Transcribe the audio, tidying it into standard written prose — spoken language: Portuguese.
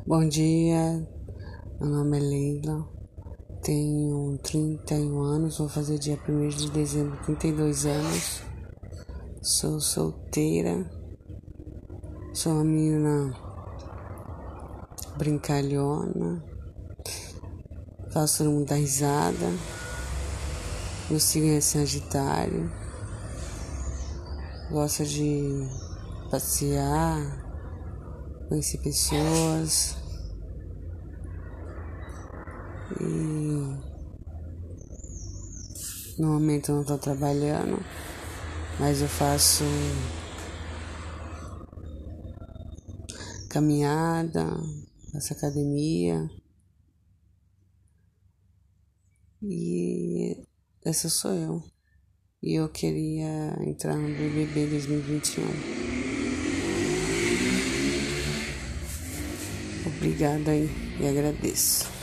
Bom dia, meu nome é Leila, tenho 31 anos, vou fazer dia 1º de dezembro 32 anos, sou solteira, sou uma menina brincalhona, faço todo mundo dar risada, meu signo é Sagitário, gosto de passear, conhecer pessoas e no momento eu não estou trabalhando, mas eu faço caminhada, faço academia e essa sou eu. E eu queria entrar no BBB 2021. Obrigada aí e agradeço.